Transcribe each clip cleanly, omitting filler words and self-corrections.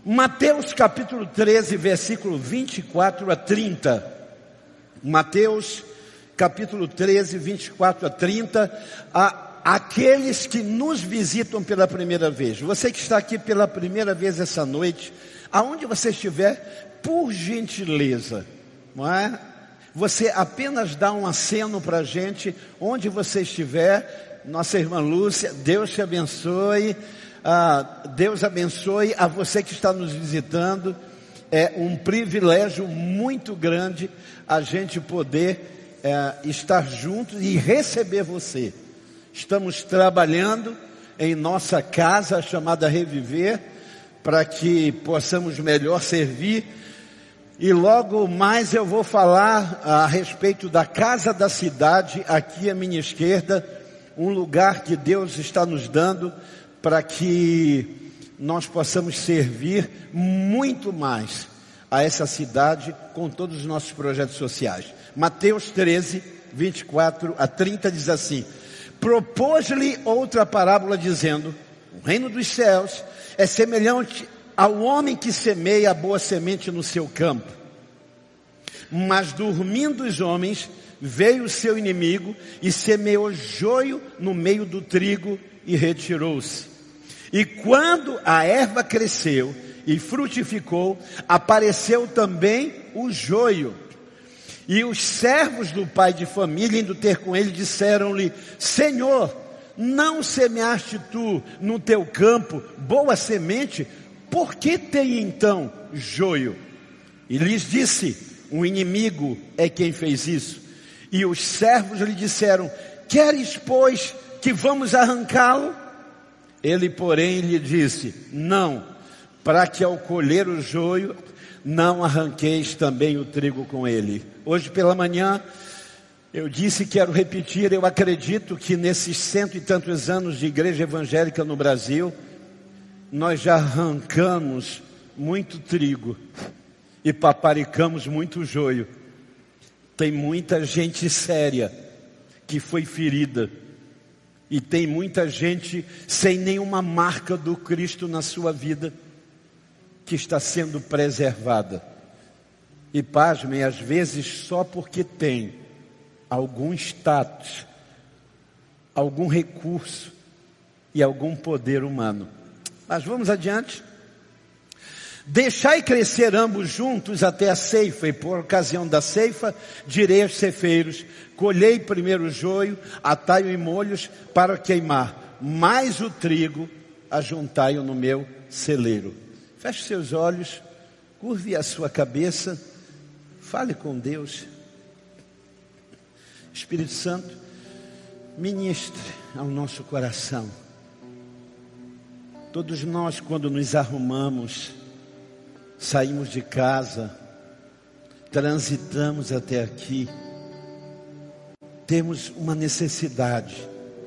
Mateus capítulo 13, versículo 24 a 30. Mateus capítulo 13, 24 a 30. Aqueles que nos visitam pela primeira vez. Você que está aqui pela primeira vez essa noite, aonde você estiver, por gentileza, não é? Você apenas dá um aceno para a gente, onde você estiver. Nossa irmã Lúcia, Deus te abençoe. Deus abençoe a você que está nos visitando. É um privilégio muito grande a gente poder estar juntos e receber você. Estamos trabalhando em nossa casa chamada Reviver, para que possamos melhor servir. E logo mais eu vou falar a respeito da Casa da Cidade, aqui à minha esquerda, um lugar que Deus está nos dando para que nós possamos servir muito mais a essa cidade com todos os nossos projetos sociais. Mateus 13, 24 a 30 diz assim: propôs-lhe outra parábola dizendo: o reino dos céus é semelhante ao homem que semeia a boa semente no seu campo. Mas dormindo os homens, veio o seu inimigo e semeou joio no meio do trigo e retirou-se. E quando a erva cresceu e frutificou, apareceu também o joio. E os servos do pai de família, indo ter com ele, disseram-lhe: Senhor, não semeaste tu no teu campo boa semente? Por que tem então joio? E lhes disse: o inimigo é quem fez isso. E os servos lhe disseram: queres, pois, que vamos arrancá-lo? Ele, porém, lhe disse: não, para que ao colher o joio, não arranqueis também o trigo com ele. Hoje pela manhã, eu disse e quero repetir, eu acredito que nesses 100 e tantos anos de igreja evangélica no Brasil, nós já arrancamos muito trigo e paparicamos muito joio. Tem muita gente séria que foi ferida. E tem muita gente sem nenhuma marca do Cristo na sua vida, que está sendo preservada. E pasmem, às vezes só porque tem algum status, algum recurso e algum poder humano. Mas vamos adiante. Deixai crescer ambos juntos até a ceifa, e por ocasião da ceifa, direi aos ceifeiros: colhei primeiro o joio, atai-o em molhos para queimar, mas o trigo ajuntai-o no meu celeiro. Feche seus olhos, curve a sua cabeça, fale com Deus. Espírito Santo, ministre ao nosso coração. Todos nós, quando nos arrumamos, saímos de casa, transitamos até aqui, temos uma necessidade.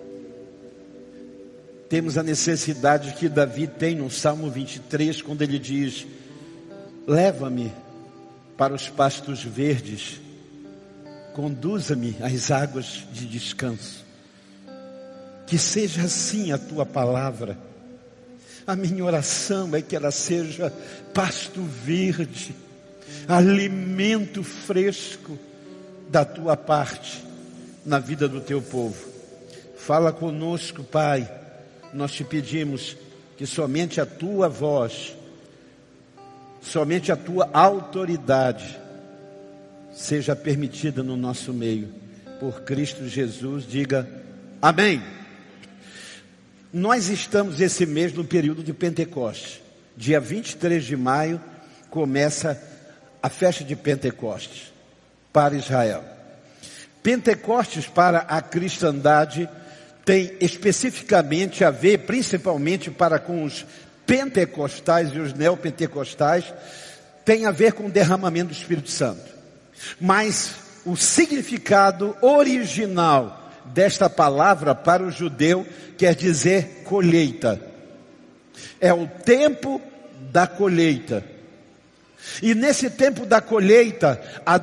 Temos a necessidade que Davi tem no Salmo 23, quando ele diz: leva-me para os pastos verdes, conduza-me às águas de descanso. Que seja assim a tua palavra. A minha oração é que ela seja pasto verde, alimento fresco da tua parte na vida do teu povo. Fala conosco, Pai. Nós te pedimos que somente a tua voz, somente a tua autoridade seja permitida no nosso meio. Por Cristo Jesus, diga amém. Nós estamos esse mês no período de Pentecostes. Dia 23 de maio começa a festa de Pentecostes para Israel. Pentecostes para a cristandade tem especificamente a ver, principalmente para com os pentecostais e os neopentecostais, tem a ver com o derramamento do Espírito Santo. Mas o significado original desta palavra para o judeu quer dizer colheita. É o tempo da colheita. E nesse tempo da colheita há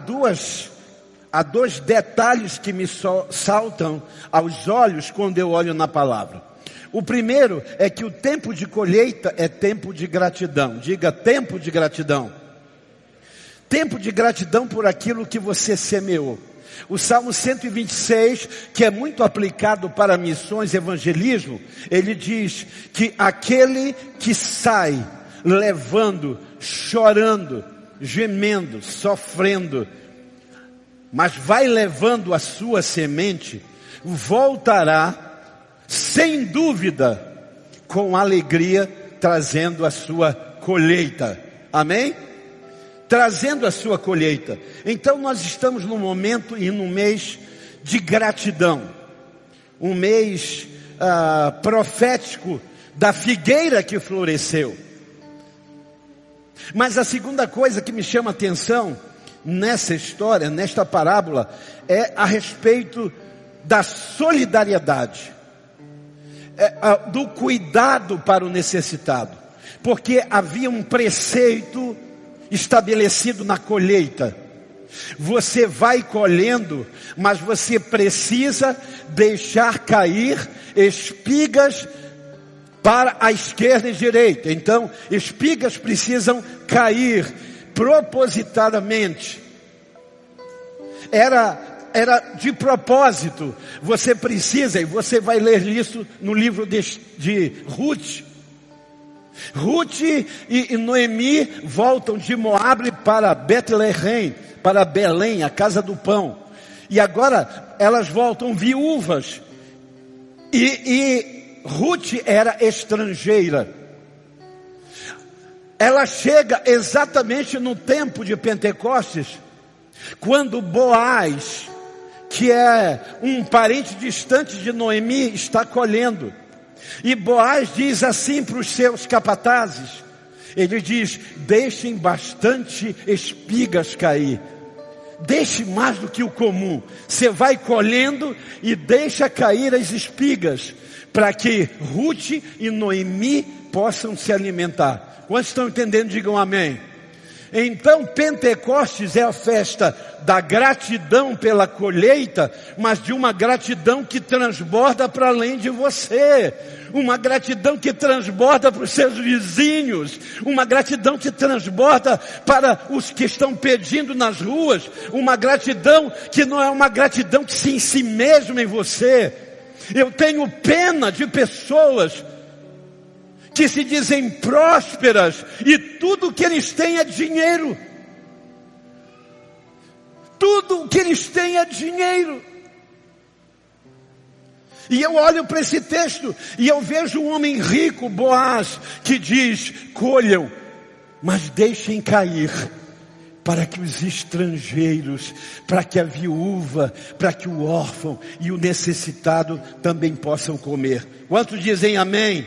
dois detalhes que me saltam aos olhos quando eu olho na palavra. O primeiro é que o tempo de colheita é tempo de gratidão. Diga, tempo de gratidão. Tempo de gratidão por aquilo que você semeou. O Salmo 126, que é muito aplicado para missões e evangelismo, ele diz que aquele que sai levando, chorando, gemendo, sofrendo, mas vai levando a sua semente, voltará sem dúvida com alegria, trazendo a sua colheita. Amém? Trazendo a sua colheita. Então nós estamos num momento e num mês de gratidão. Um mês profético da figueira que floresceu. Mas a segunda coisa que me chama a atenção nessa história, nesta parábola, é a respeito da solidariedade. Do cuidado para o necessitado. Porque havia um preceito estabelecido na colheita. Você vai colhendo, mas você precisa deixar cair espigas para a esquerda e direita. Então, espigas precisam cair propositadamente. Era de propósito. Você precisa, e você vai ler isso no livro de Ruth. Ruth e Noemi voltam de Moabe para Betleém, para Belém, a casa do pão. E agora elas voltam viúvas. E Ruth era estrangeira. Ela chega exatamente no tempo de Pentecostes, quando Boaz, que é um parente distante de Noemi, está colhendo. E Boaz diz assim para os seus capatazes, ele diz: deixem bastante espigas cair, deixe mais do que o comum. Você vai colhendo e deixa cair as espigas, para que Ruth e Noemi possam se alimentar. Quantos estão entendendo? Digam amém. Então Pentecostes é a festa da gratidão pela colheita, mas de uma gratidão que transborda para além de você. Uma gratidão que transborda para os seus vizinhos. Uma gratidão que transborda para os que estão pedindo nas ruas. Uma gratidão que não é uma gratidão que se em si mesma em você. Eu tenho pena de pessoas que se dizem prósperas e tudo que eles têm é dinheiro. Tudo o que eles têm é dinheiro. E eu olho para esse texto e eu vejo um homem rico, Boaz, que diz: colham, mas deixem cair, para que os estrangeiros, para que a viúva, para que o órfão e o necessitado também possam comer. Quantos dizem amém?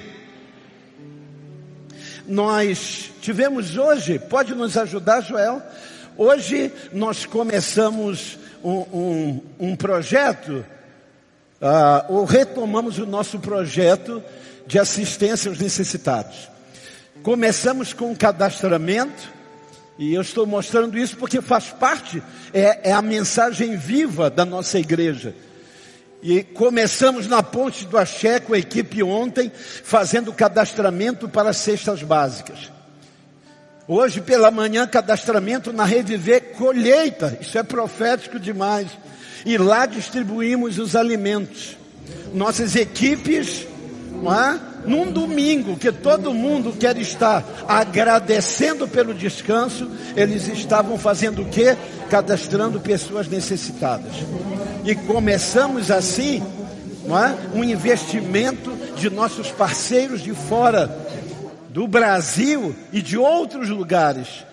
Nós tivemos hoje, pode nos ajudar, Joel? Hoje nós começamos um projeto, ou retomamos o nosso projeto de assistência aos necessitados. Começamos com um cadastramento, e eu estou mostrando isso porque faz parte, é a mensagem viva da nossa igreja. E começamos na Ponte do Axé com a equipe ontem, fazendo cadastramento para as cestas básicas. Hoje pela manhã, cadastramento na Rede V, colheita. Isso é profético demais. E lá distribuímos os alimentos. Nossas equipes, num domingo que todo mundo quer estar agradecendo pelo descanso, eles estavam fazendo o quê? Cadastrando pessoas necessitadas. E começamos assim, um investimento de nossos parceiros de fora do Brasil e de outros lugares.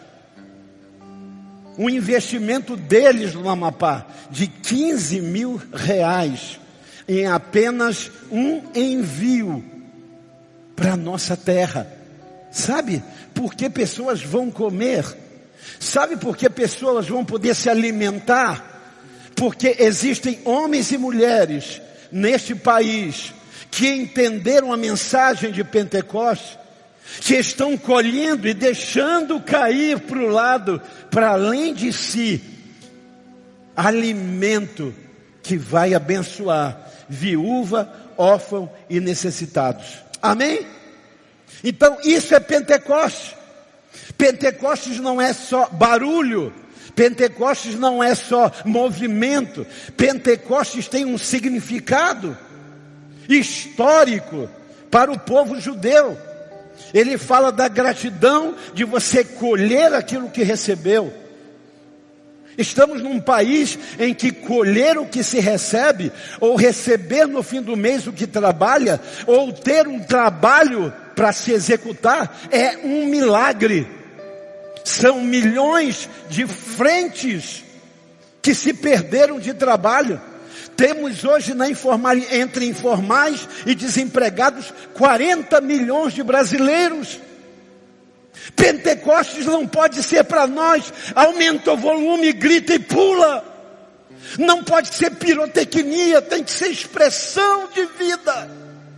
Um investimento deles no Amapá de R$15 mil em apenas um envio para a nossa terra. Sabe por que pessoas vão comer? Sabe por que pessoas vão poder se alimentar? Porque existem homens e mulheres neste país que entenderam a mensagem de Pentecostes, que estão colhendo e deixando cair para o lado, para além de si, alimento que vai abençoar viúva, órfãos e necessitados. Amém? Então isso é Pentecostes. Pentecostes não é só barulho. Pentecostes não é só movimento. Pentecostes tem um significado histórico para o povo judeu. Ele fala da gratidão de você colher aquilo que recebeu. Estamos num país em que colher o que se recebe, ou receber no fim do mês o que trabalha, ou ter um trabalho para se executar, é um milagre. São milhões de frentes que se perderam de trabalho. Temos hoje entre informais e desempregados 40 milhões de brasileiros. Pentecostes não pode ser para nós, aumenta o volume, grita e pula. Não pode ser pirotecnia, tem que ser expressão de vida.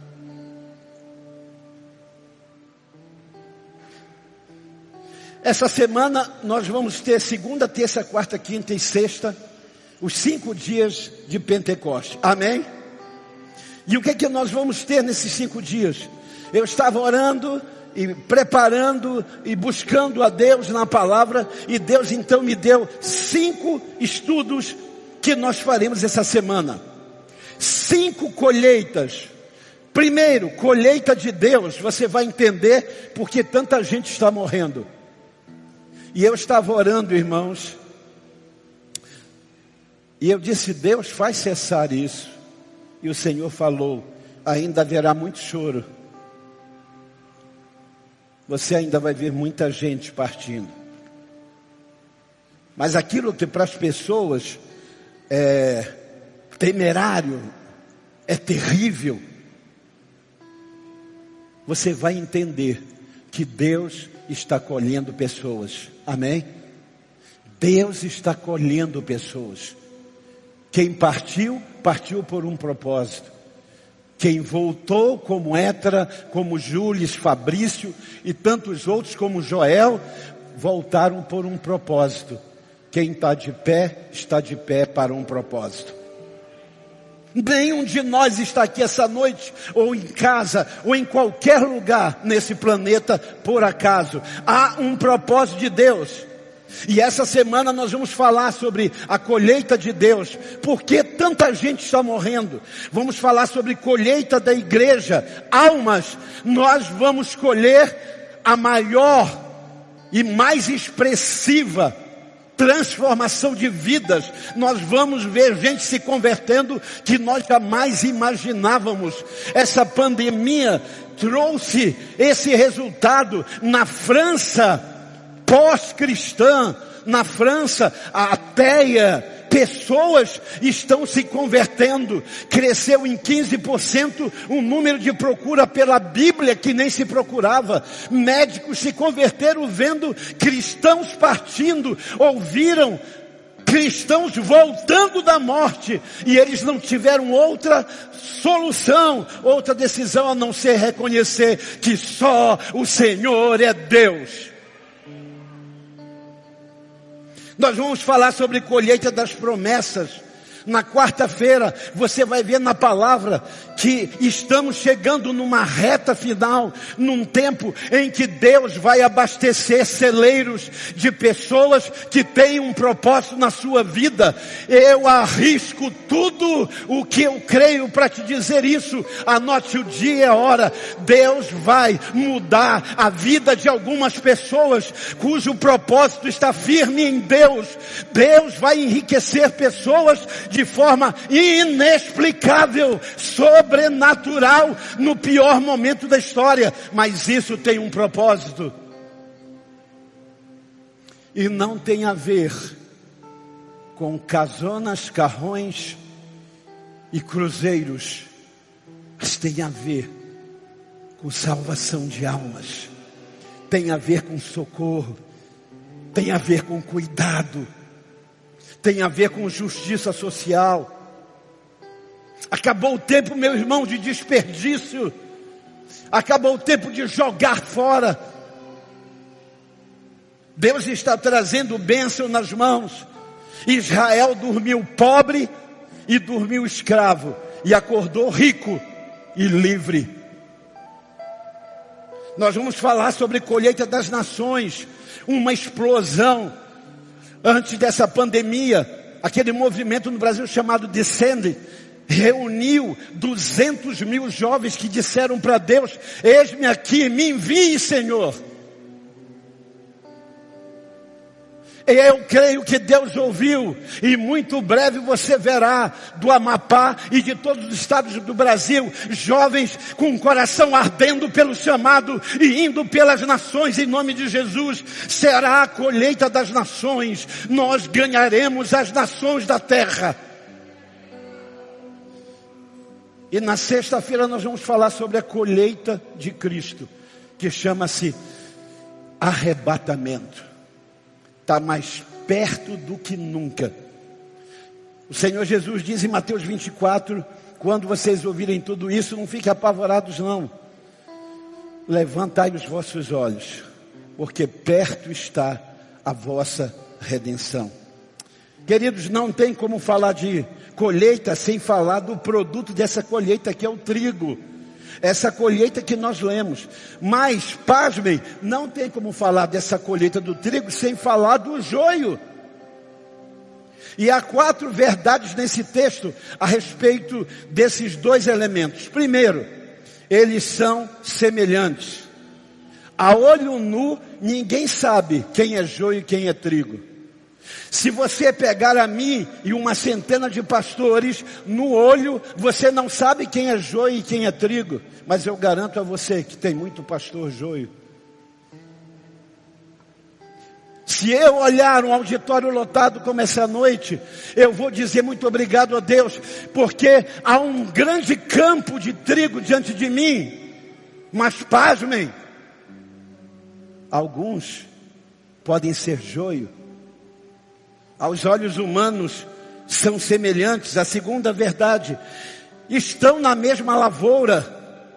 Essa semana nós vamos ter segunda, terça, quarta, quinta e sexta, os 5 dias de Pentecostes. Amém? E o que é que nós vamos ter nesses 5 dias? Eu estava orando e preparando e buscando a Deus na palavra, e Deus então me deu 5 estudos que nós faremos essa semana. 5 colheitas. Primeiro, colheita de Deus. Você vai entender porque tanta gente está morrendo. E eu estava orando, irmãos, e eu disse: Deus, faz cessar isso. E o Senhor falou: ainda haverá muito choro. Você ainda vai ver muita gente partindo. Mas aquilo que para as pessoas é temerário, é terrível, você vai entender que Deus está colhendo pessoas. Amém? Deus está colhendo pessoas. Quem partiu, partiu por um propósito. Quem voltou, como Étra, como Júlio, Fabrício e tantos outros como Joel, voltaram por um propósito. Quem está de pé para um propósito. Nenhum de nós está aqui essa noite, ou em casa, ou em qualquer lugar nesse planeta, por acaso. Há um propósito de Deus. E essa semana nós vamos falar sobre a colheita de Deus. Por que tanta gente está morrendo? Vamos falar sobre colheita da igreja, almas. Nós vamos colher a maior e mais expressiva transformação de vidas. Nós vamos ver gente se convertendo que nós jamais imaginávamos. Essa pandemia trouxe esse resultado na França pós-cristã, na França ateia. Pessoas estão se convertendo. Cresceu em 15% o número de procura pela Bíblia que nem se procurava. Médicos se converteram vendo cristãos partindo. Ouviram cristãos voltando da morte. E eles não tiveram outra solução, outra decisão a não ser reconhecer que só o Senhor é Deus. Nós vamos falar sobre colheita das promessas. Na quarta-feira, você vai ver na palavra que estamos chegando numa reta final, num tempo em que Deus vai abastecer celeiros de pessoas que têm um propósito na sua vida. Eu arrisco tudo o que eu creio para te dizer isso. Anote o dia e a hora. Deus vai mudar a vida de algumas pessoas cujo propósito está firme em Deus. Deus vai enriquecer pessoas de forma inexplicável, sobrenatural, no pior momento da história. Mas isso tem um propósito. E não tem a ver com casonas, carrões e cruzeiros. Mas tem a ver com salvação de almas. Tem a ver com socorro. Tem a ver com cuidado. Tem a ver com justiça social. Acabou o tempo, meu irmão, de desperdício. Acabou o tempo de jogar fora. Deus está trazendo bênção nas mãos. Israel dormiu pobre e dormiu escravo. E acordou rico. e livre. Nós vamos falar sobre colheita das nações, uma explosão. Antes dessa pandemia, aquele movimento no Brasil chamado Descende, reuniu 200 mil jovens que disseram para Deus: eis-me aqui, me envie, Senhor. E eu creio que Deus ouviu, e muito breve você verá do Amapá e de todos os estados do Brasil, jovens com o coração ardendo pelo chamado e indo pelas nações em nome de Jesus. Será a colheita das nações, nós ganharemos as nações da terra. E na sexta-feira nós vamos falar sobre a colheita de Cristo, que chama-se arrebatamento. Está mais perto do que nunca. O Senhor Jesus diz em Mateus 24, quando vocês ouvirem tudo isso, não fiquem apavorados não. Levantai os vossos olhos, porque perto está a vossa redenção. Queridos, não tem como falar de colheita sem falar do produto dessa colheita, que é o trigo. Essa colheita que nós lemos. Mas, pasmem, não tem como falar dessa colheita do trigo sem falar do joio. E há 4 verdades nesse texto a respeito desses 2 elementos. Primeiro, eles são semelhantes. A olho nu, ninguém sabe quem é joio e quem é trigo. Se você pegar a mim e uma centena de pastores no olho, você não sabe quem é joio e quem é trigo. Mas eu garanto a você que tem muito pastor joio. Se eu olhar um auditório lotado como essa noite, eu vou dizer muito obrigado a Deus, porque há um grande campo de trigo diante de mim. Mas pasmem, alguns podem ser joio. Aos olhos humanos são semelhantes. A segunda verdade, estão na mesma lavoura.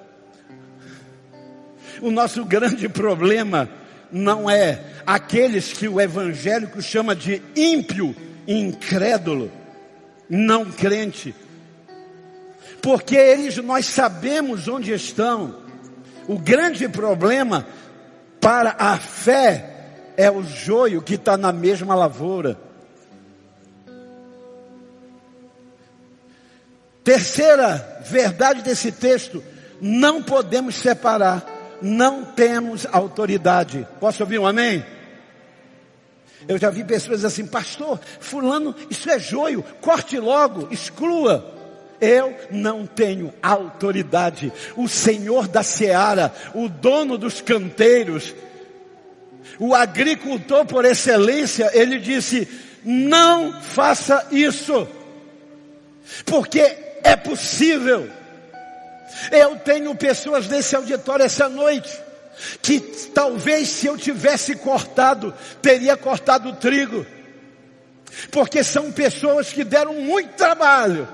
O nosso grande problema não é aqueles que o evangélico chama de ímpio, incrédulo, não crente. Porque nós sabemos onde estão. O grande problema para a fé é o joio que está na mesma lavoura. Terceira verdade desse texto, não podemos separar, não temos autoridade. Posso ouvir um amém? Eu já vi pessoas assim: pastor, fulano, isso é joio, corte logo, exclua. Eu não tenho autoridade. O Senhor da seara, o dono dos canteiros, o agricultor por excelência, ele disse: não faça isso, porque é possível. Eu tenho pessoas nesse auditório essa noite que talvez, se eu tivesse cortado, teria cortado o trigo, porque são pessoas que deram muito trabalho,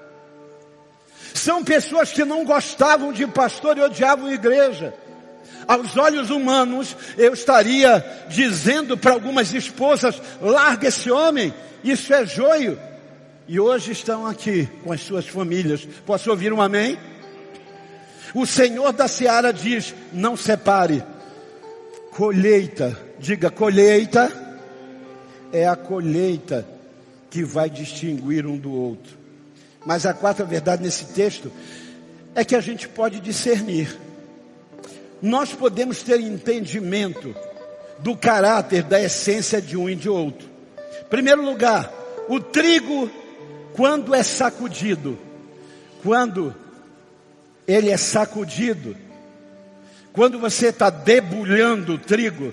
são pessoas que não gostavam de pastor e odiavam a igreja. Aos olhos humanos, eu estaria dizendo para algumas esposas: larga esse homem, isso é joio. E hoje estão aqui com as suas famílias. Posso ouvir um amém? O Senhor da seara diz: não separe. Colheita, diga colheita, é a colheita que vai distinguir um do outro. Mas a quarta verdade nesse texto é que a gente pode discernir. Nós podemos ter entendimento do caráter, da essência de um e de outro. Em primeiro lugar, o trigo, quando é sacudido, quando ele é sacudido, quando você está debulhando o trigo,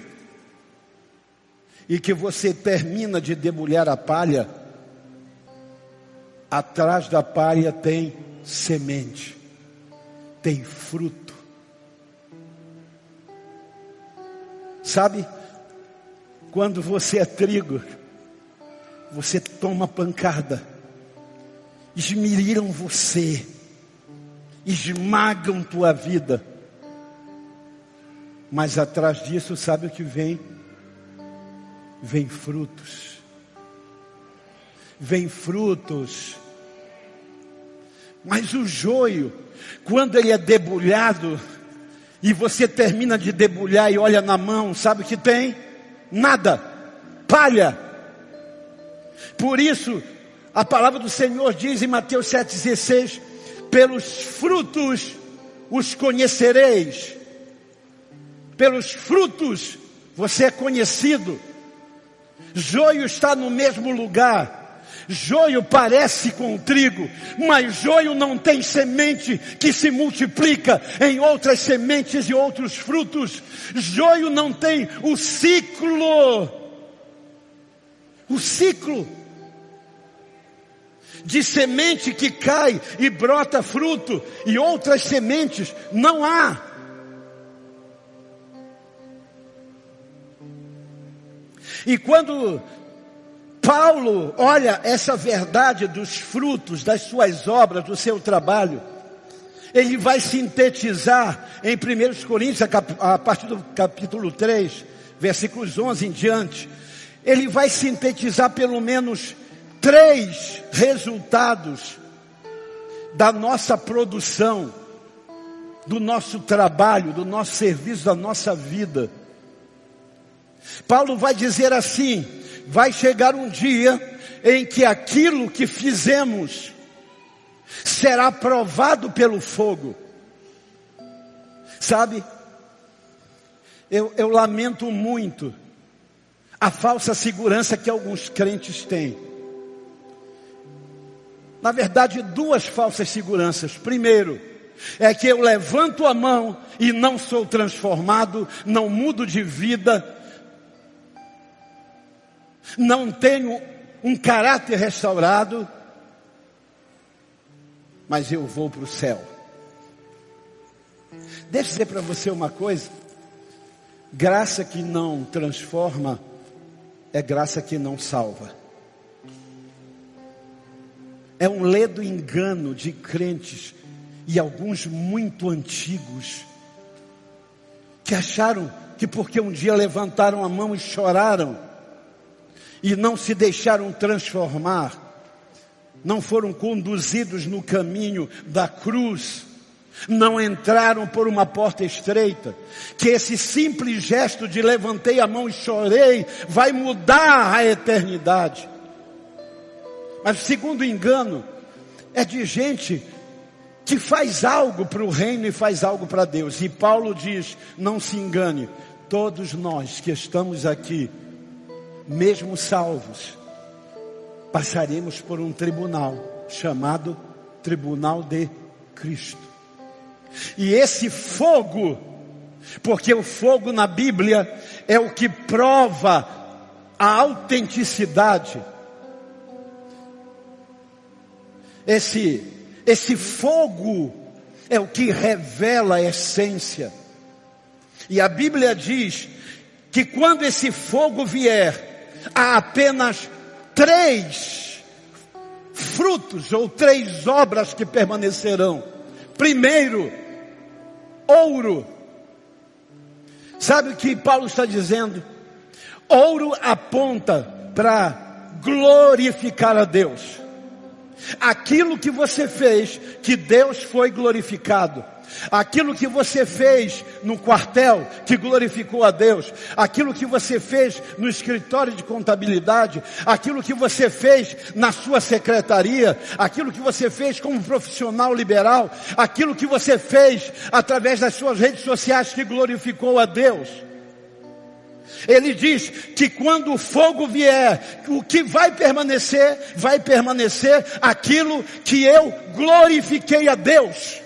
e que você termina de debulhar a palha, atrás da palha tem semente, tem fruto. Sabe, quando você é trigo, você toma pancada, esmiriram você, esmagam tua vida, mas atrás disso, sabe o que vem? Vem frutos. Vem frutos. Mas o joio, quando ele é debulhado, e você termina de debulhar e olha na mão, sabe o que tem? Nada, palha. Por isso, a palavra do Senhor diz em Mateus 7,16, pelos frutos os conhecereis. Pelos frutos você é conhecido. Joio está no mesmo lugar. Joio parece com trigo, mas joio não tem semente que se multiplica em outras sementes e outros frutos. Joio não tem o ciclo de semente que cai e brota fruto, e outras sementes não há. E quando Paulo olha essa verdade dos frutos, das suas obras, do seu trabalho, ele vai sintetizar em 1 Coríntios, a partir do capítulo 3, versículos 11 em diante, ele vai sintetizar pelo menos 3 resultados da nossa produção, do nosso trabalho, do nosso serviço, da nossa vida. Paulo vai dizer assim: vai chegar um dia em que aquilo que fizemos será provado pelo fogo. Sabe, eu lamento muito a falsa segurança que alguns crentes têm. Na verdade, 2 falsas seguranças. Primeiro, é que eu levanto a mão e não sou transformado, não mudo de vida, não tenho um caráter restaurado, mas eu vou para o céu. Deixa eu dizer para você uma coisa: graça que não transforma é graça que não salva. É um ledo engano de crentes, e alguns muito antigos, que acharam que porque um dia levantaram a mão e choraram, e não se deixaram transformar, não foram conduzidos no caminho da cruz, não entraram por uma porta estreita, que esse simples gesto de levantei a mão e chorei vai mudar a eternidade. Mas o segundo engano é de gente que faz algo para o reino e faz algo para Deus. E Paulo diz: não se engane, todos nós que estamos aqui, mesmo salvos, passaremos por um tribunal chamado Tribunal de Cristo. E esse fogo, porque o fogo na Bíblia é o que prova a autenticidade. Esse fogo é o que revela a essência. E a Bíblia diz que quando esse fogo vier, há apenas 3 frutos ou 3 obras que permanecerão. Primeiro, ouro. Sabe o que Paulo está dizendo? Ouro aponta para glorificar a Deus. Aquilo que você fez, que Deus foi glorificado. Aquilo que você fez no quartel, que glorificou a Deus. Aquilo que você fez no escritório de contabilidade. Aquilo que você fez na sua secretaria. Aquilo que você fez como profissional liberal. Aquilo que você fez através das suas redes sociais, que glorificou a Deus. Ele diz que quando o fogo vier, o que vai permanecer aquilo que eu glorifiquei a Deus.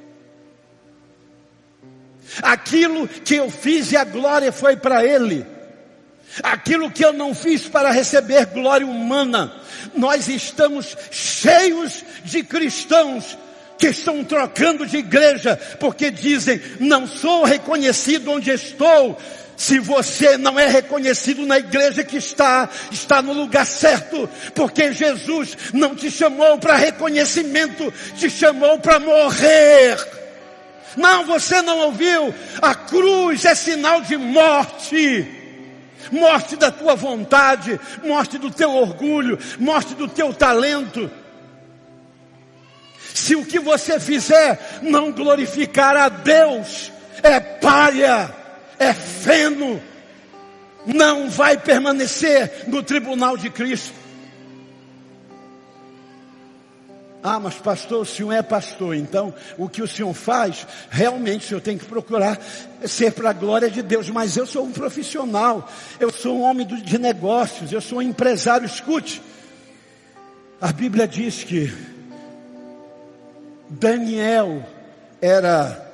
Aquilo que eu fiz e a glória foi para Ele. Aquilo que eu não fiz para receber glória humana. Nós estamos cheios de cristãos que estão trocando de igreja, porque dizem: não sou reconhecido onde estou. Se você não é reconhecido na igreja que está no lugar certo, porque Jesus não te chamou para reconhecimento, te chamou para morrer. Não, você não ouviu? A cruz é sinal de morte. Morte da tua vontade, morte do teu orgulho, morte do teu talento. Se o que você fizer não glorificar a Deus, é palha, é feno, não vai permanecer no tribunal de Cristo. Ah, mas pastor, o senhor é pastor, então o que o senhor faz, realmente o senhor tem que procurar ser para a glória de Deus. Mas eu sou um profissional, eu sou um homem de negócios, eu sou um empresário. Escute, a Bíblia diz que Daniel era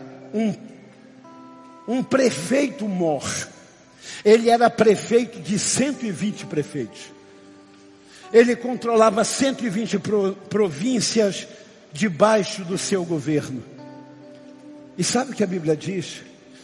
um prefeito mor. Ele era prefeito de 120 prefeitos. Ele controlava 120 províncias debaixo do seu governo. E sabe o que a Bíblia diz?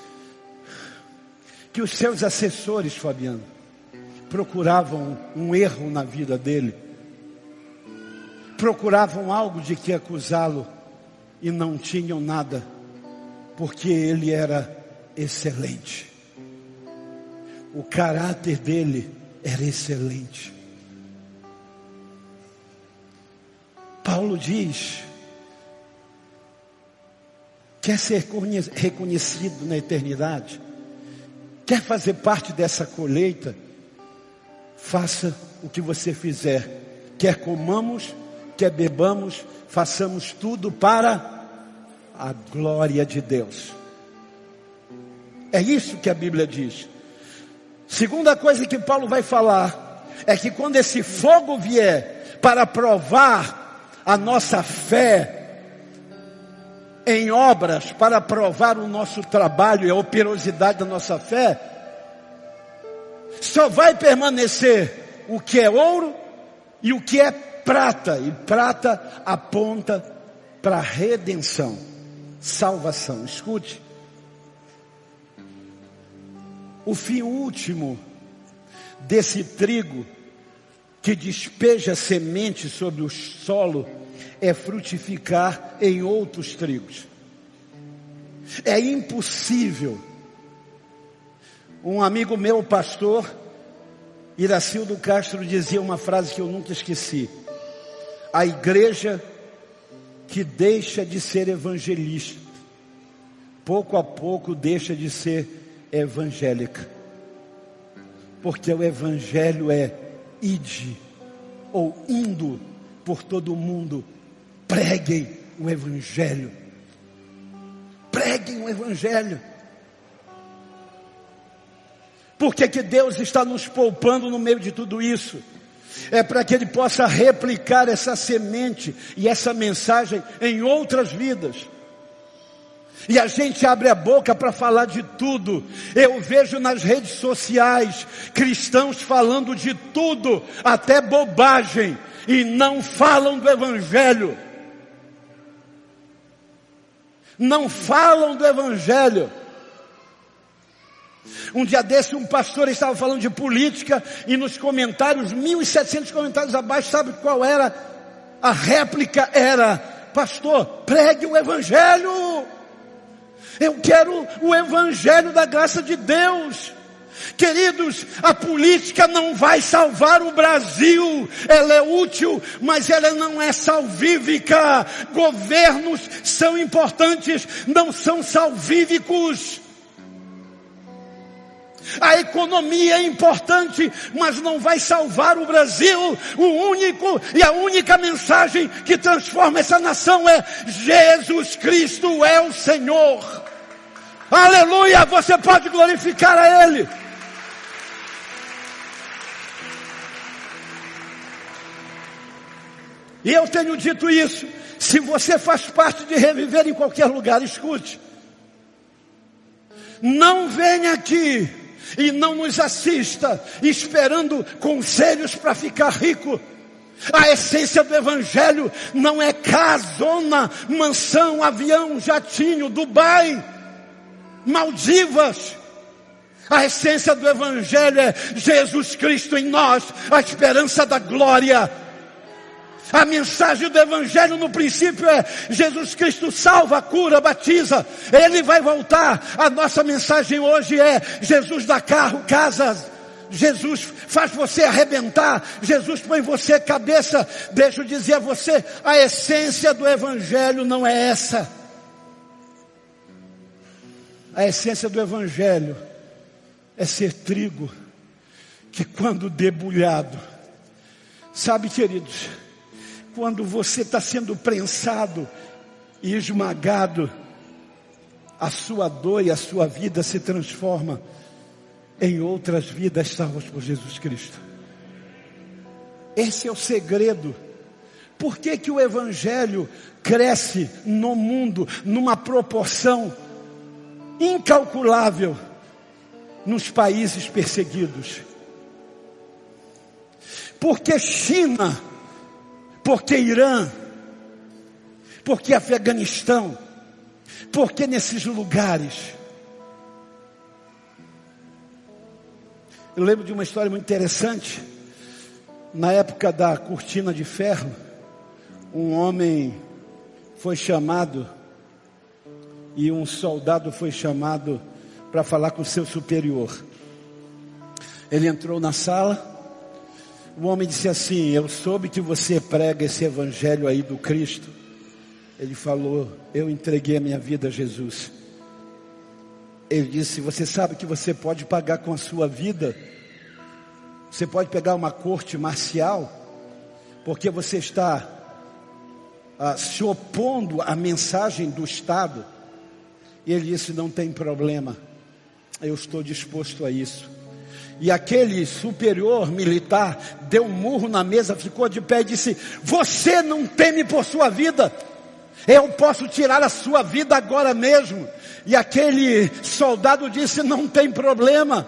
Que os seus assessores, Fabiano, procuravam um erro na vida dele. Procuravam algo de que acusá-lo e não tinham nada, porque ele era excelente. O caráter dele era excelente. Paulo diz: quer ser reconhecido na eternidade? Quer fazer parte dessa colheita? Faça o que você fizer. Quer comamos, quer bebamos, façamos tudo para a glória de Deus. É isso que a Bíblia diz. Segunda coisa que Paulo vai falar é que quando esse fogo vier para provar a nossa fé em obras, para provar o nosso trabalho e a operosidade da nossa fé, só vai permanecer o que é ouro e o que é prata. E prata aponta para a redenção, salvação. Escute, o fim último desse trigo que despeja semente sobre o solo é frutificar em outros trigos. É impossível. Um amigo meu, pastor Iracildo Castro, dizia uma frase que eu nunca esqueci: a igreja que deixa de ser evangelista, pouco a pouco deixa de ser evangélica. Porque o evangelho é ide, ou indo por todo o mundo, preguem o evangelho. Preguem o evangelho. Por que que Deus está nos poupando no meio de tudo isso? É para que Ele possa replicar essa semente e essa mensagem em outras vidas. E a gente abre a boca para falar de tudo. Eu vejo nas redes sociais cristãos falando de tudo, até bobagem, e não falam do evangelho. Não falam do evangelho. Um dia desse um pastor estava falando de política e nos comentários, 1.700 comentários abaixo, sabe qual era? A réplica era: pastor, pregue o evangelho. Eu quero o evangelho da graça de Deus. Queridos, a política não vai salvar o Brasil. Ela é útil, mas ela não é salvífica. Governos são importantes, não são salvíficos. A economia é importante, mas não vai salvar o Brasil. A única mensagem que transforma essa nação é: Jesus Cristo é o Senhor. Aleluia! Você pode glorificar a Ele. E eu tenho dito isso. Se você faz parte de Reviver em qualquer lugar, escute. Não venha aqui e não nos assista esperando conselhos para ficar rico. A essência do evangelho não é casona, mansão, avião, jatinho, Dubai, Maldivas. A essência do evangelho é Jesus Cristo em nós, a esperança da glória. A mensagem do evangelho no princípio é: Jesus Cristo salva, cura, batiza. Ele vai voltar. A nossa mensagem hoje é: Jesus dá carro, casas, Jesus faz você arrebentar, Jesus põe você cabeça. Deixa eu dizer a você, a essência do Evangelho não é essa. A essência do Evangelho é ser trigo, que quando debulhado, sabe, queridos, quando você está sendo prensado e esmagado, a sua dor e a sua vida se transforma em outras vidas salvas por Jesus Cristo. Esse é o segredo. Por que que o Evangelho cresce no mundo numa proporção incalculável nos países perseguidos? Porque China, porque Irã, porque Afeganistão, porque nesses lugares. Eu lembro de uma história muito interessante. Na época da cortina de ferro, um homem foi chamado e um soldado foi chamado para falar com o seu superior. Ele entrou na sala. O homem disse assim: eu soube que você prega esse evangelho aí do Cristo. Ele falou: eu entreguei a minha vida a Jesus. Ele disse: você sabe que você pode pagar com a sua vida? Você pode pegar uma corte marcial, porque você está se opondo à mensagem do Estado. E ele disse: não tem problema, eu estou disposto a isso. E aquele superior militar deu um murro na mesa, ficou de pé e disse: você não teme por sua vida? Eu posso tirar a sua vida agora mesmo. E aquele soldado disse: não tem problema.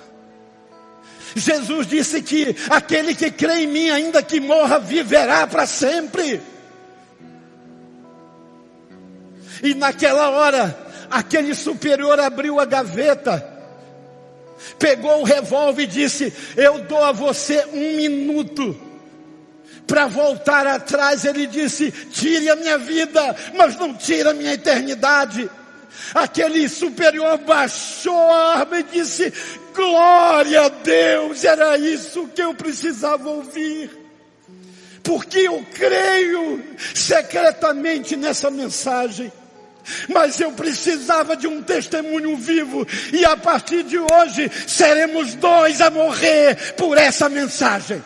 Jesus disse que aquele que crê em mim, ainda que morra, viverá para sempre. E naquela hora, aquele superior abriu a gaveta, pegou o revólver e disse: eu dou a você 1 minuto para voltar atrás. Ele disse: tire a minha vida, mas não tire a minha eternidade. Aquele superior baixou a arma e disse: glória a Deus, era isso que eu precisava ouvir. Porque eu creio secretamente nessa mensagem. Mas eu precisava de um testemunho vivo. E a partir de hoje seremos 2 a morrer por essa mensagem.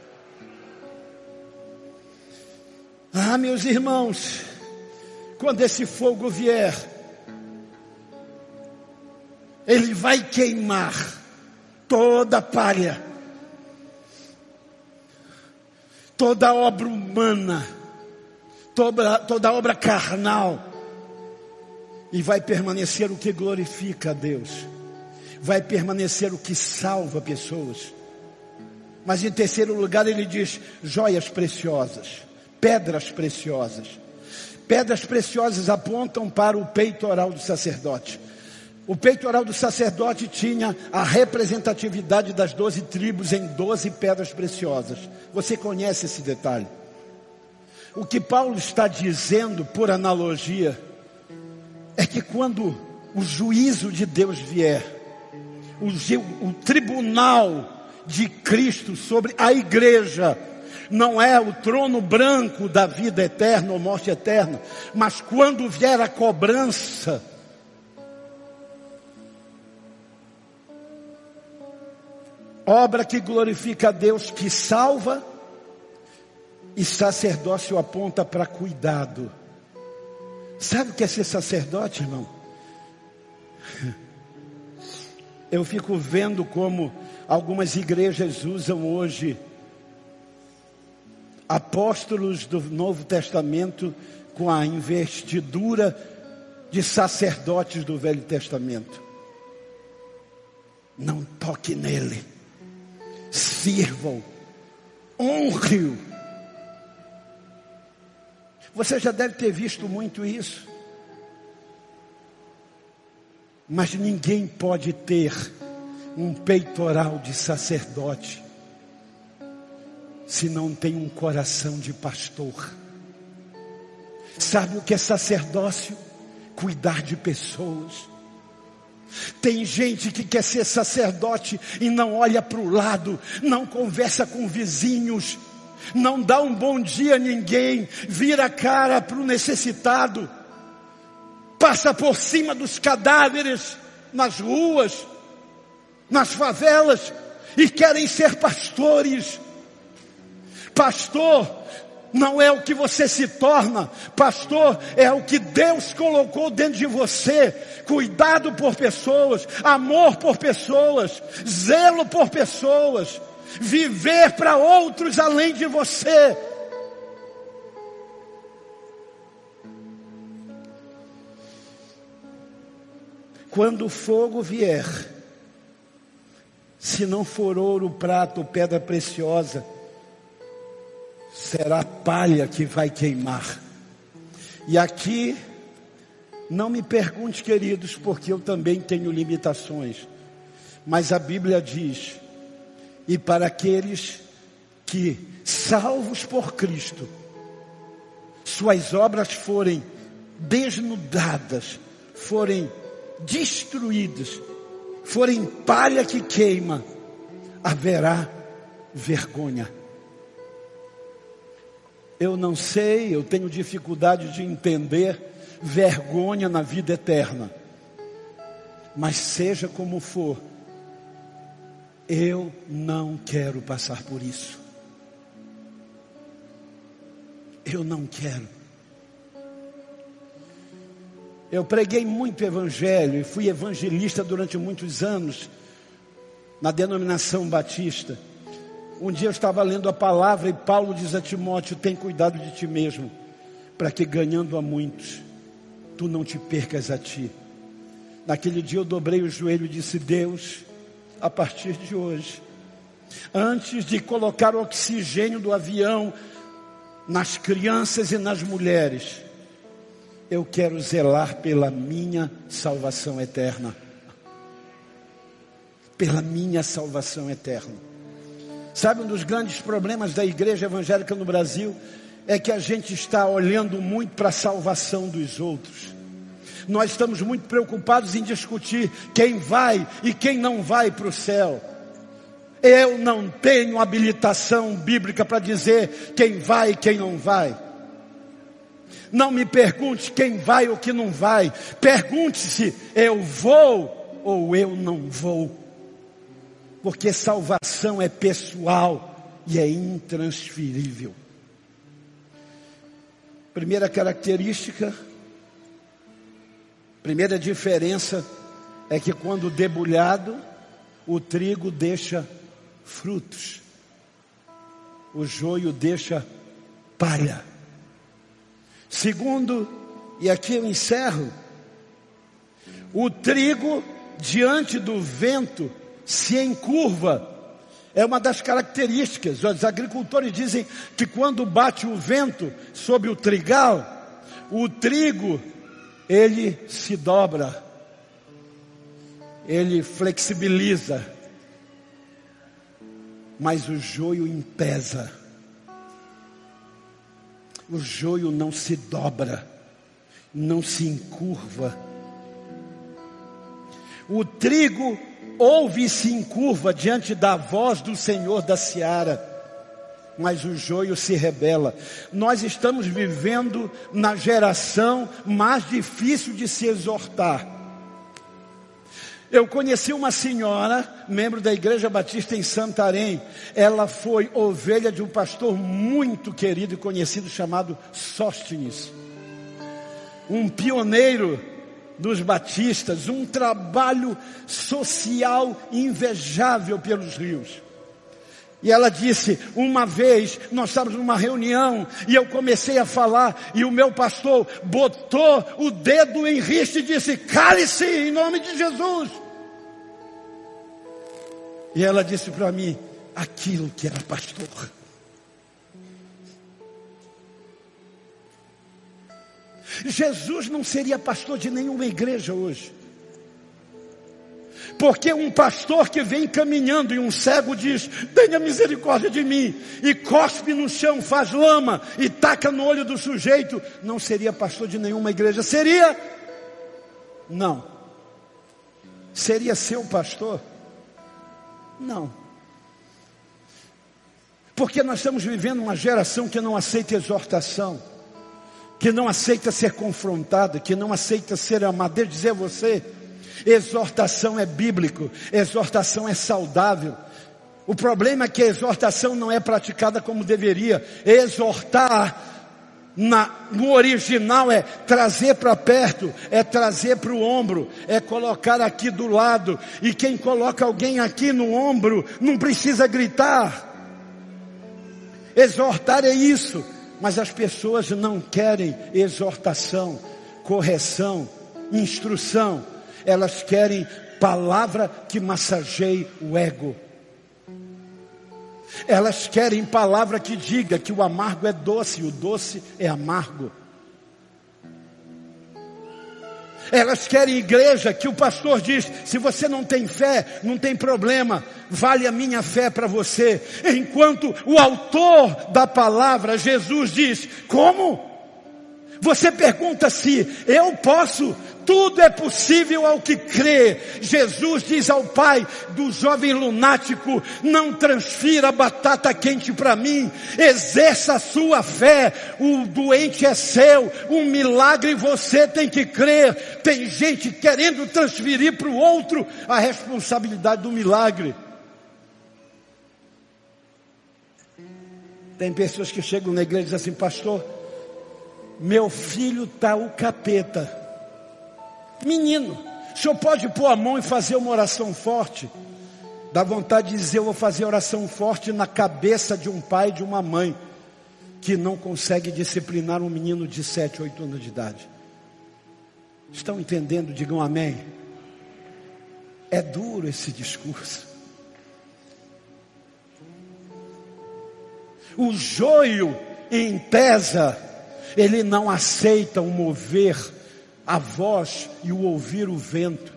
Ah, meus irmãos, quando esse fogo vier, ele vai queimar toda a palha, toda obra humana, toda obra carnal. E vai permanecer o que glorifica a Deus. Vai permanecer o que salva pessoas. Mas em terceiro lugar ele diz: joias preciosas, pedras preciosas. Pedras preciosas apontam para o peitoral do sacerdote. O peitoral do sacerdote tinha a representatividade das 12 tribos em 12 pedras preciosas. Você conhece esse detalhe? O que Paulo está dizendo, por analogia, é que quando o juízo de Deus vier, o tribunal de Cristo sobre a igreja, não é o trono branco da vida eterna ou morte eterna, mas quando vier a cobrança, obra que glorifica a Deus, que salva, e sacerdócio aponta para cuidado. Sabe o que é ser sacerdote, irmão? Eu fico vendo como algumas igrejas usam hoje apóstolos do Novo Testamento com a investidura de sacerdotes do Velho Testamento. Não toque nele, sirvam, honre-o. Você já deve ter visto muito isso. Mas ninguém pode ter um peitoral de sacerdote se não tem um coração de pastor. Sabe o que é sacerdócio? Cuidar de pessoas. Tem gente que quer ser sacerdote e não olha para o lado, não conversa com vizinhos, não dá um bom dia a ninguém, vira a cara para o necessitado, passa por cima dos cadáveres nas ruas, nas favelas, e querem ser pastores. Pastor não é o que você se torna, pastor é o que Deus colocou dentro de você. Cuidado por pessoas, amor por pessoas, zelo por pessoas, viver para outros além de você. Quando o fogo vier, se não for ouro, prata ou pedra preciosa, será palha que vai queimar. E aqui, não me pergunte, queridos, porque eu também tenho limitações. Mas a Bíblia diz, e para aqueles que, salvos por Cristo, suas obras forem desnudadas, forem destruídas, forem palha que queima, haverá vergonha. Eu não sei, eu tenho dificuldade de entender vergonha na vida eterna. Mas seja como for, eu não quero passar por isso. Eu não quero. Eu preguei muito evangelho e fui evangelista durante muitos anos na denominação batista. Um dia eu estava lendo a palavra e Paulo diz a Timóteo: tem cuidado de ti mesmo, para que ganhando a muitos, tu não te percas a ti. Naquele dia eu dobrei o joelho e disse: Deus, a partir de hoje, antes de colocar o oxigênio do avião nas crianças e nas mulheres, eu quero zelar pela minha salvação eterna. Pela minha salvação eterna. Sabe, um dos grandes problemas da igreja evangélica no Brasil é que a gente está olhando muito para a salvação dos outros. Nós estamos muito preocupados em discutir quem vai e quem não vai para o céu. Eu não tenho habilitação bíblica para dizer quem vai e quem não vai. Não me pergunte quem vai ou quem não vai. Pergunte-se: eu vou ou eu não vou. Porque salvação é pessoal e é intransferível. Primeira característica, primeira diferença é que quando debulhado, o trigo deixa frutos, o joio deixa palha. Segundo, e aqui eu encerro, o trigo diante do vento se encurva. É uma das características. Os agricultores dizem que quando bate o vento sobre o trigal, o trigo, ele se dobra, ele flexibiliza, mas o joio empesa. O joio não se dobra, não se encurva. O trigo ouve e se encurva diante da voz do Senhor da seara, mas o joio se rebela. Nós estamos vivendo na geração mais difícil de se exortar. Eu conheci uma senhora, membro da Igreja Batista em Santarém. Ela foi ovelha de um pastor muito querido e conhecido chamado Sóstenes, um pioneiro dos batistas, um trabalho social invejável pelos rios. E ela disse: uma vez nós estávamos numa reunião e eu comecei a falar e o meu pastor botou o dedo em riste e disse: cale-se em nome de Jesus. E ela disse para mim aquilo que era pastor. Jesus não seria pastor de nenhuma igreja hoje. Porque um pastor que vem caminhando e um cego diz: tenha misericórdia de mim, e cospe no chão, faz lama e taca no olho do sujeito, não seria pastor de nenhuma igreja. Seria? Não. seria seu pastor? Não. Porque nós estamos vivendo uma geração que não aceita exortação, que não aceita ser confrontada, que não aceita ser amada. Deixa eu dizer a você, exortação é bíblico, exortação é saudável. O problema é que a exortação não é praticada como deveria. Exortar no original é trazer para perto, é trazer para o ombro, é colocar aqui do lado. E quem coloca alguém aqui no ombro não precisa gritar. Exortar é isso, mas as pessoas não querem exortação, correção, instrução. Elas querem palavra que massageie o ego. Elas querem palavra que diga que o amargo é doce e o doce é amargo. Elas querem igreja que o pastor diz: se você não tem fé, não tem problema, vale a minha fé para você. Enquanto o autor da palavra, Jesus, diz: como? Você pergunta se eu posso. Tudo é possível ao que crê. Jesus diz ao pai do jovem lunático: não transfira batata quente para mim, exerça a sua fé. O doente é seu, um milagre você tem que crer. Tem gente querendo transferir para o outro a responsabilidade do milagre. Tem pessoas que chegam na igreja e dizem assim: pastor, meu filho está o capeta. Menino, o senhor pode pôr a mão e fazer uma oração forte? Dá vontade de dizer: eu vou fazer oração forte na cabeça de um pai e de uma mãe que não consegue disciplinar um menino de 7, 8 anos de idade. Estão entendendo? Digam amém. É duro esse discurso. O joio em pesa, ele não aceita o mover, a voz e o ouvir o vento.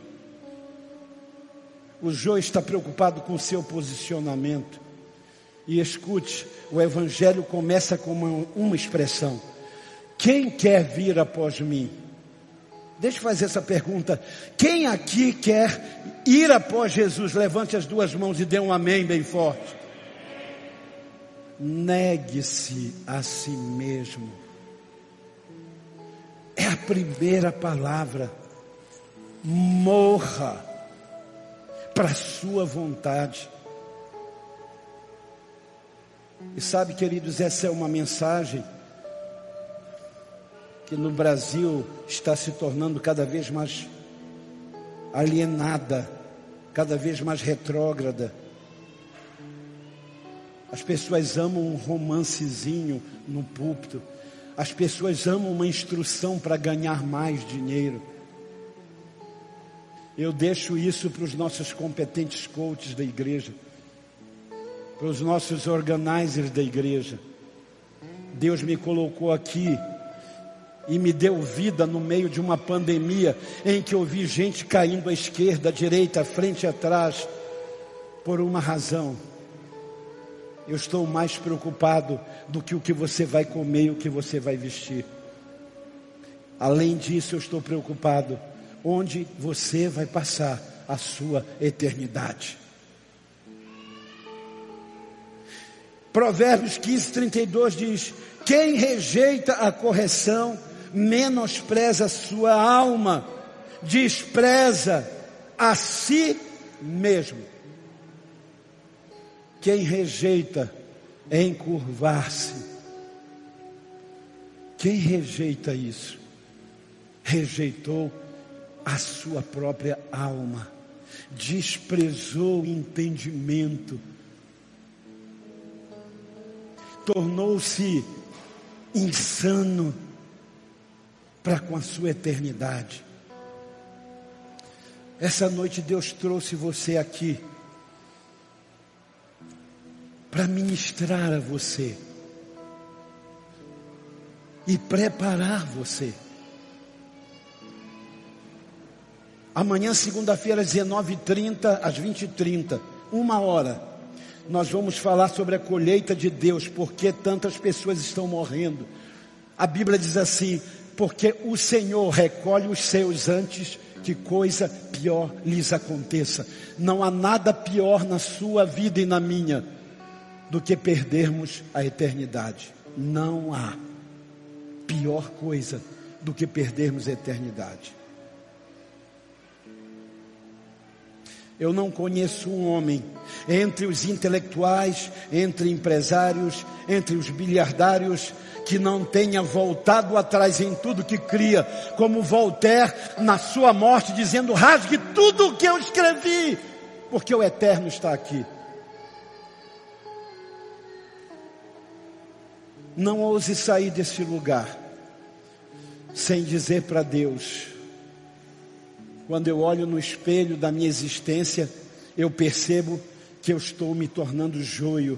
O joio está preocupado com o seu posicionamento. E escute, o evangelho começa com uma expressão: quem quer vir após mim? Deixa eu fazer essa pergunta: quem aqui quer ir após Jesus? Levante as duas mãos e dê um amém bem forte. Negue-se a si mesmo. É a primeira palavra. Morra para a sua vontade. E sabe, queridos, essa é uma mensagem que no Brasil está se tornando cada vez mais alienada, cada vez mais retrógrada. As pessoas amam um romancezinho no púlpito. As pessoas amam uma instrução para ganhar mais dinheiro. Eu deixo isso para os nossos competentes coaches da igreja, para os nossos organizers da igreja. Deus me colocou aqui e me deu vida no meio de uma pandemia em que eu vi gente caindo à esquerda, à direita, à frente e atrás, por uma razão. Eu estou mais preocupado do que o que você vai comer e o que você vai vestir. Além disso, eu estou preocupado onde você vai passar a sua eternidade. Provérbios 15:32 diz: quem rejeita a correção menospreza a sua alma, despreza a si mesmo. Quem rejeita é encurvar-se. Quem rejeita isso, rejeitou a sua própria alma, desprezou o entendimento, tornou-se insano para com a sua eternidade. Essa noite Deus trouxe você aqui para ministrar a você e preparar você. Amanhã, segunda-feira, às 19h30, às 20h30, 1 hora, nós vamos falar sobre a colheita de Deus, porque tantas pessoas estão morrendo. A Bíblia diz assim: porque o Senhor recolhe os seus antes que coisa pior lhes aconteça. Não há nada pior na sua vida e na minha do que perdermos a eternidade. Não há pior coisa do que perdermos a eternidade. Eu não conheço um homem, entre os intelectuais, entre empresários, entre os bilhardários, que não tenha voltado atrás em tudo que cria, como Voltaire na sua morte, dizendo: rasgue tudo o que eu escrevi, porque o eterno está aqui. Não ouse sair desse lugar sem dizer para Deus: quando eu olho no espelho da minha existência, eu percebo que eu estou me tornando joio.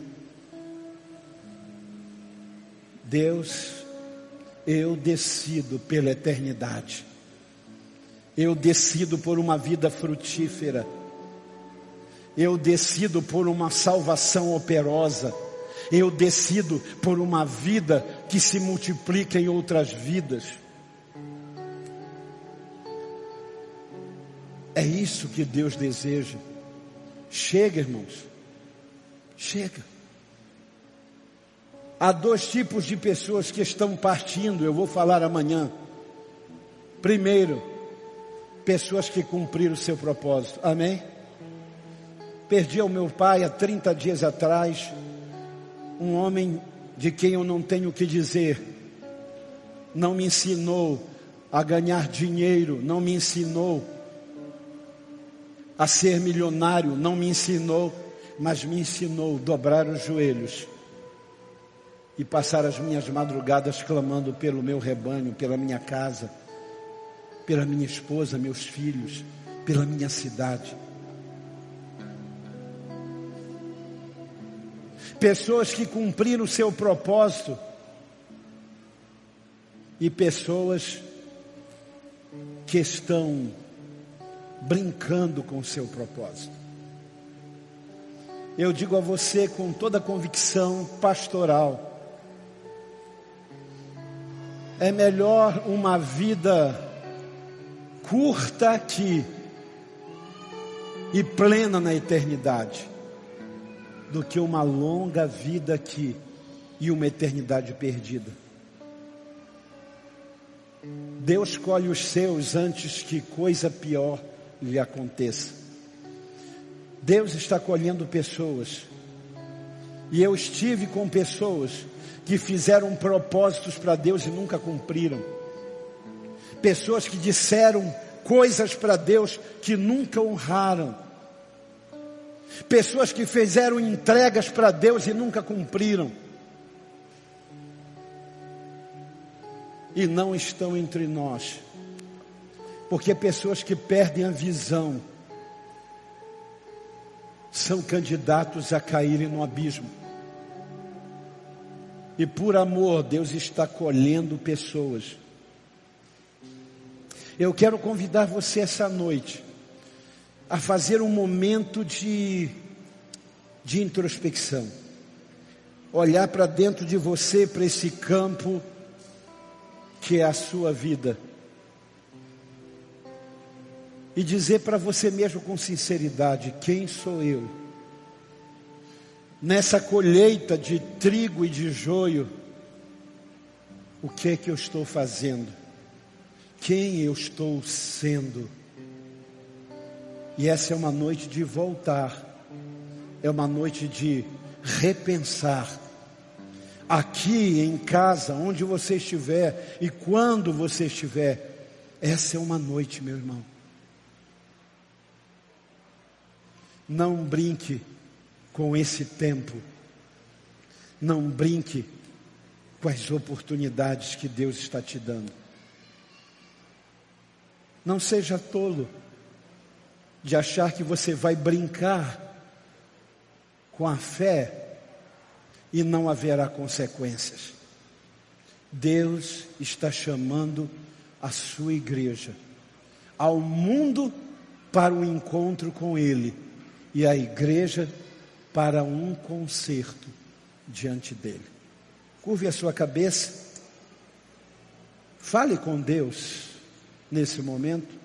Deus, eu decido pela eternidade. Eu decido por uma vida frutífera. Eu decido por uma salvação operosa. Eu decido por uma vida que se multiplica em outras vidas. É isso que Deus deseja. Chega, irmãos. Chega. Há dois tipos de pessoas que estão partindo, eu vou falar amanhã. Primeiro, pessoas que cumpriram o seu propósito. Amém? Perdi o meu pai há 30 dias atrás. Um homem de quem eu não tenho o que dizer. Não me ensinou a ganhar dinheiro, não me ensinou a ser milionário, não me ensinou, mas me ensinou a dobrar os joelhos e passar as minhas madrugadas clamando pelo meu rebanho, pela minha casa, pela minha esposa, meus filhos, pela minha cidade. Pessoas que cumpriram o seu propósito e pessoas que estão brincando com o seu propósito. Eu digo a você com toda a convicção pastoral: é melhor uma vida curta aqui e plena na eternidade do que uma longa vida aqui e uma eternidade perdida. Deus colhe os seus antes que coisa pior lhe aconteça. Deus está colhendo pessoas, e eu estive com pessoas que fizeram propósitos para Deus e nunca cumpriram. Pessoas que disseram coisas para Deus que nunca honraram. Pessoas que fizeram entregas para Deus e nunca cumpriram. E não estão entre nós, porque pessoas que perdem a visão são candidatos a caírem no abismo. E por amor, Deus está colhendo pessoas. Eu quero convidar você essa noite a fazer um momento de introspecção. Olhar para dentro de você, para esse campo que é a sua vida. E dizer para você mesmo com sinceridade: quem sou eu? Nessa colheita de trigo e de joio, o que é que eu estou fazendo? Quem eu estou sendo? E essa é uma noite de voltar, é uma noite de repensar. Aqui em casa, onde você estiver e quando você estiver, essa é uma noite, meu irmão. Não brinque com esse tempo. Não brinque com as oportunidades que Deus está te dando. Não seja tolo de achar que você vai brincar com a fé e não haverá consequências. Deus está chamando a sua igreja ao mundo para o encontro com Ele, e a igreja para um concerto diante dele. Curve a sua cabeça, Fale com Deus nesse momento.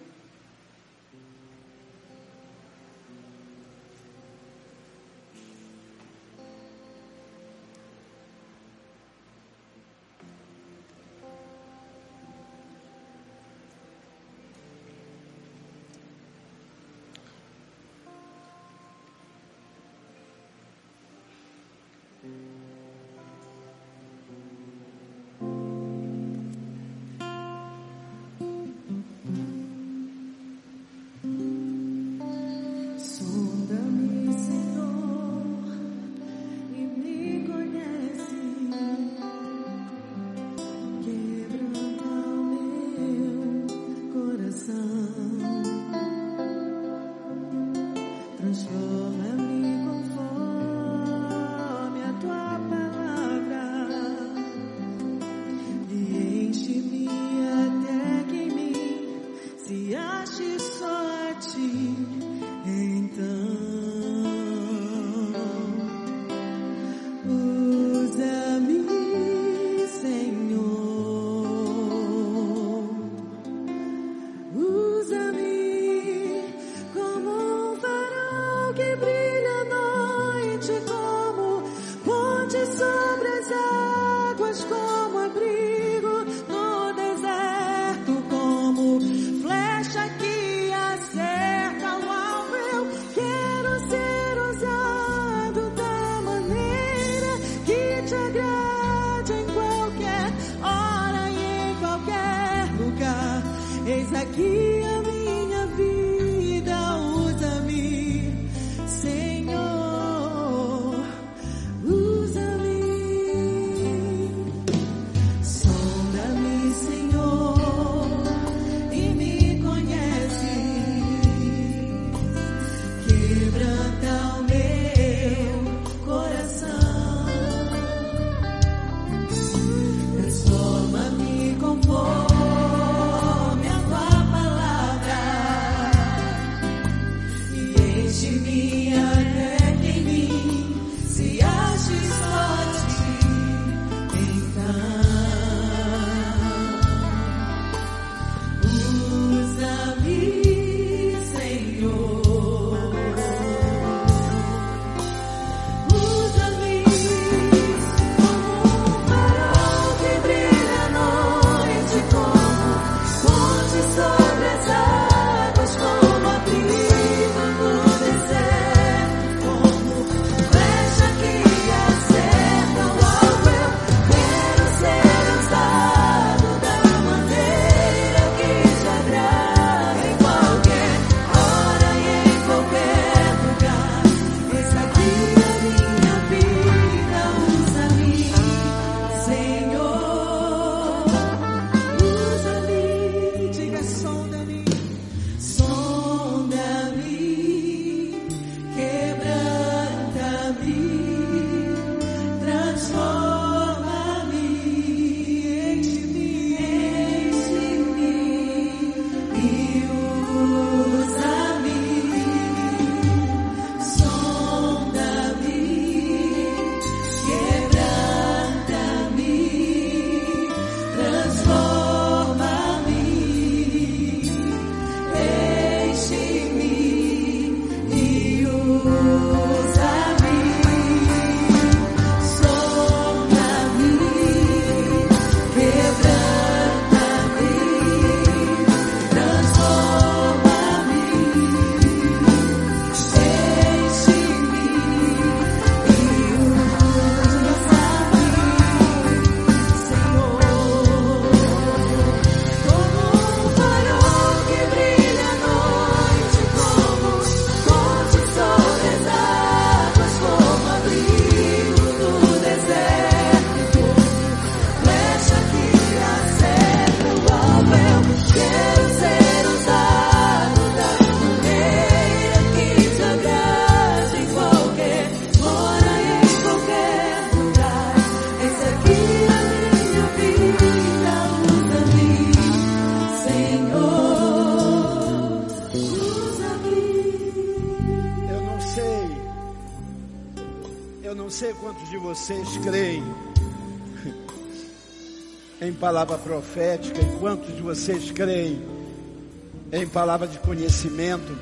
sei quantos de vocês creem em palavra profética, e quantos de vocês creem em palavra de conhecimento?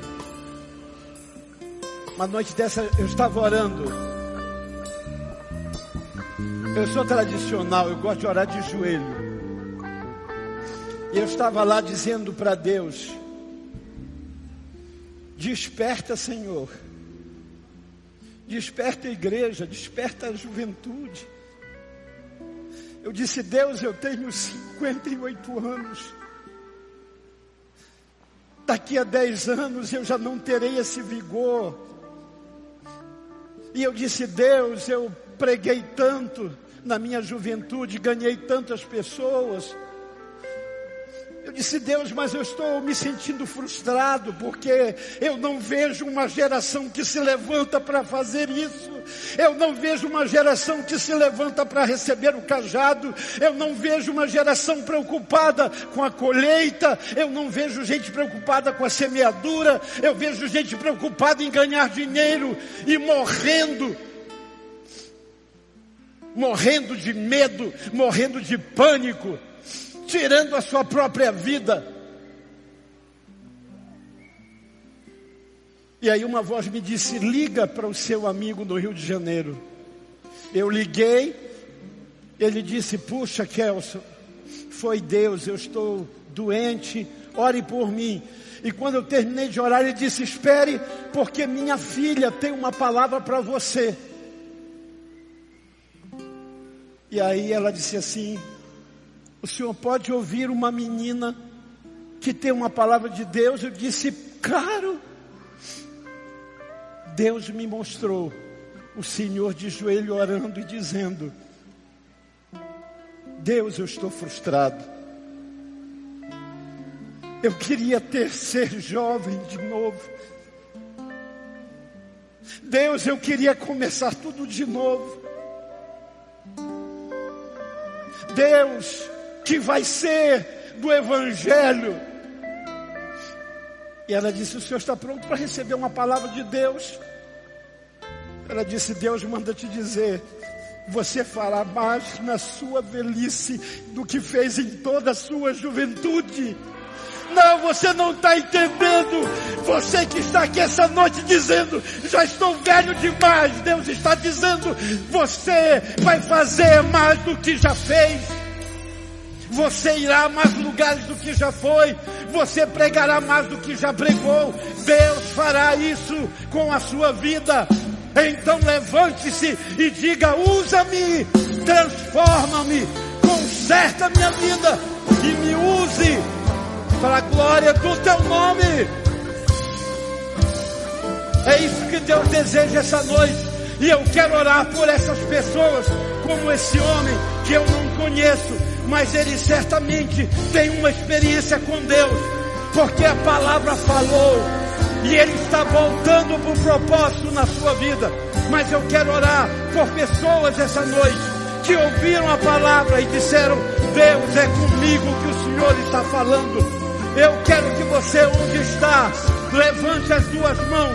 Uma noite dessa eu estava orando. Eu sou tradicional, eu gosto de orar de joelho. E eu estava lá dizendo para Deus: desperta, Senhor. Desperta a igreja, desperta a juventude. Eu disse: Deus, eu tenho 58 anos. Daqui a 10 anos eu já não terei esse vigor. E eu disse: Deus, eu preguei tanto na minha juventude, ganhei tantas pessoas. Eu disse: Deus, mas eu estou me sentindo frustrado, porque eu não vejo uma geração que se levanta para fazer isso. Eu não vejo uma geração que se levanta para receber o cajado. Eu não vejo uma geração preocupada com a colheita. Eu não vejo gente preocupada com a semeadura. Eu vejo gente preocupada em ganhar dinheiro e morrendo de medo, morrendo de pânico, tirando a sua própria vida. E aí uma voz me disse: liga para o seu amigo no Rio de Janeiro. Eu liguei. Ele disse: puxa, Kelson, foi Deus, eu estou doente, ore por mim. E quando eu terminei de orar, ele disse: espere, porque minha filha tem uma palavra para você. E aí ela disse assim: o senhor pode ouvir uma menina que tem uma palavra de Deus? Eu disse: claro. Deus me mostrou o Senhor de joelho orando e dizendo: Deus, eu estou frustrado. Eu queria ser jovem de novo. Deus, eu queria começar tudo de novo. Deus, que vai ser do Evangelho? E ela disse: o senhor está pronto para receber uma palavra de Deus? Ela disse: Deus manda te dizer, você fará mais na sua velhice do que fez em toda a sua juventude. Não, você não está entendendo. Você que está aqui essa noite dizendo: já estou velho demais. Deus está dizendo: você vai fazer mais do que já fez. Você irá a mais lugares do que já foi. Você pregará mais do que já pregou. Deus fará isso com a sua vida. Então levante-se e diga: usa-me, transforma-me, conserta a minha vida e me use para a glória do teu nome. É isso que Deus deseja essa noite. E eu quero orar por essas pessoas, como esse homem que eu não conheço, mas ele certamente tem uma experiência com Deus, porque a palavra falou e ele está voltando para o propósito na sua vida. Mas eu quero orar por pessoas essa noite que ouviram a palavra e disseram: Deus, é comigo que o Senhor está falando. Eu quero que você, onde está, levante as duas mãos.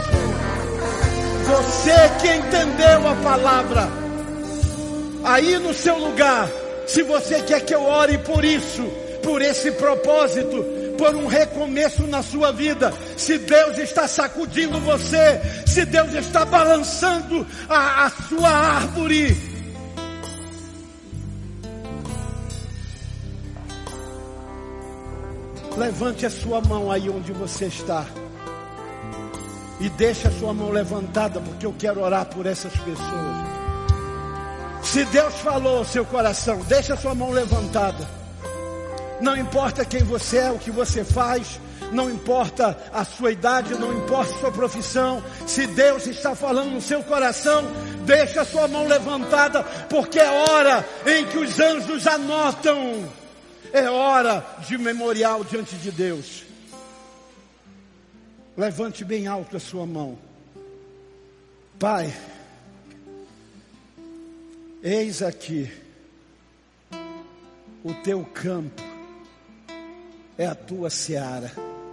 Você que entendeu a palavra, aí no seu lugar, se você quer que eu ore por isso, por esse propósito, por um recomeço na sua vida, se Deus está sacudindo você, se Deus está balançando a sua árvore, levante a sua mão aí onde você está e deixe a sua mão levantada, porque eu quero orar por essas pessoas. Se Deus falou ao seu coração, deixe a sua mão levantada. Não importa quem você é, o que você faz, não importa a sua idade, não importa a sua profissão. Se Deus está falando no seu coração, deixe a sua mão levantada, porque é hora em que os anjos anotam. É hora de memorial diante de Deus. Levante bem alto a sua mão. Pai, eis aqui o teu campo, é a tua seara.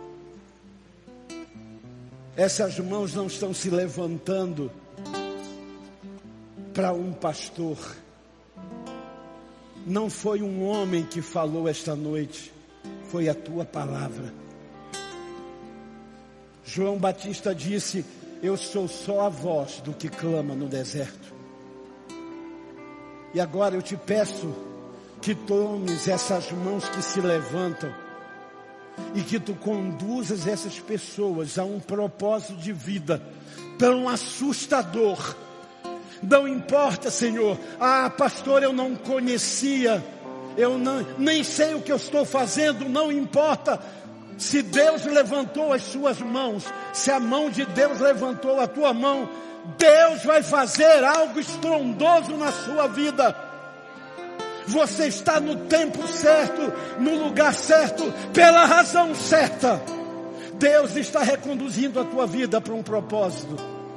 Essas mãos não estão se levantando para um pastor. Não foi um homem que falou esta noite, foi a tua palavra. João Batista disse: eu sou só a voz do que clama no deserto. E agora eu te peço que tomes essas mãos que se levantam e que tu conduzas essas pessoas a um propósito de vida tão assustador. Não importa, Senhor, pastor, eu não conhecia, nem sei o que eu estou fazendo, não importa. Se Deus levantou as suas mãos, se a mão de Deus levantou a tua mão, Deus vai fazer algo estrondoso na sua vida. Você está no tempo certo, no lugar certo, pela razão certa. Deus está reconduzindo a tua vida para um propósito.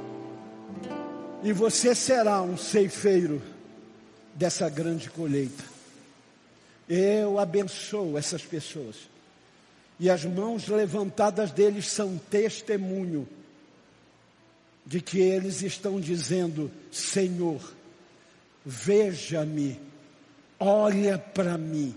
E você será um ceifeiro dessa grande colheita. Eu abençoo essas pessoas. E as mãos levantadas deles são testemunho de que eles estão dizendo: Senhor, veja-me, olha para mim,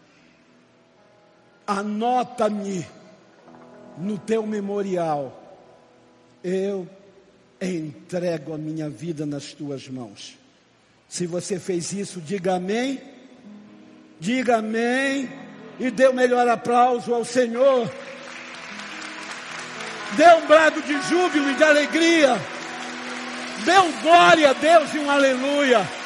anota-me no teu memorial. Eu entrego a minha vida nas tuas mãos. Se você fez isso, diga amém. Diga amém. E dê o melhor aplauso ao Senhor. Dê um brado de júbilo e de alegria. Dê um glória a Deus e um aleluia.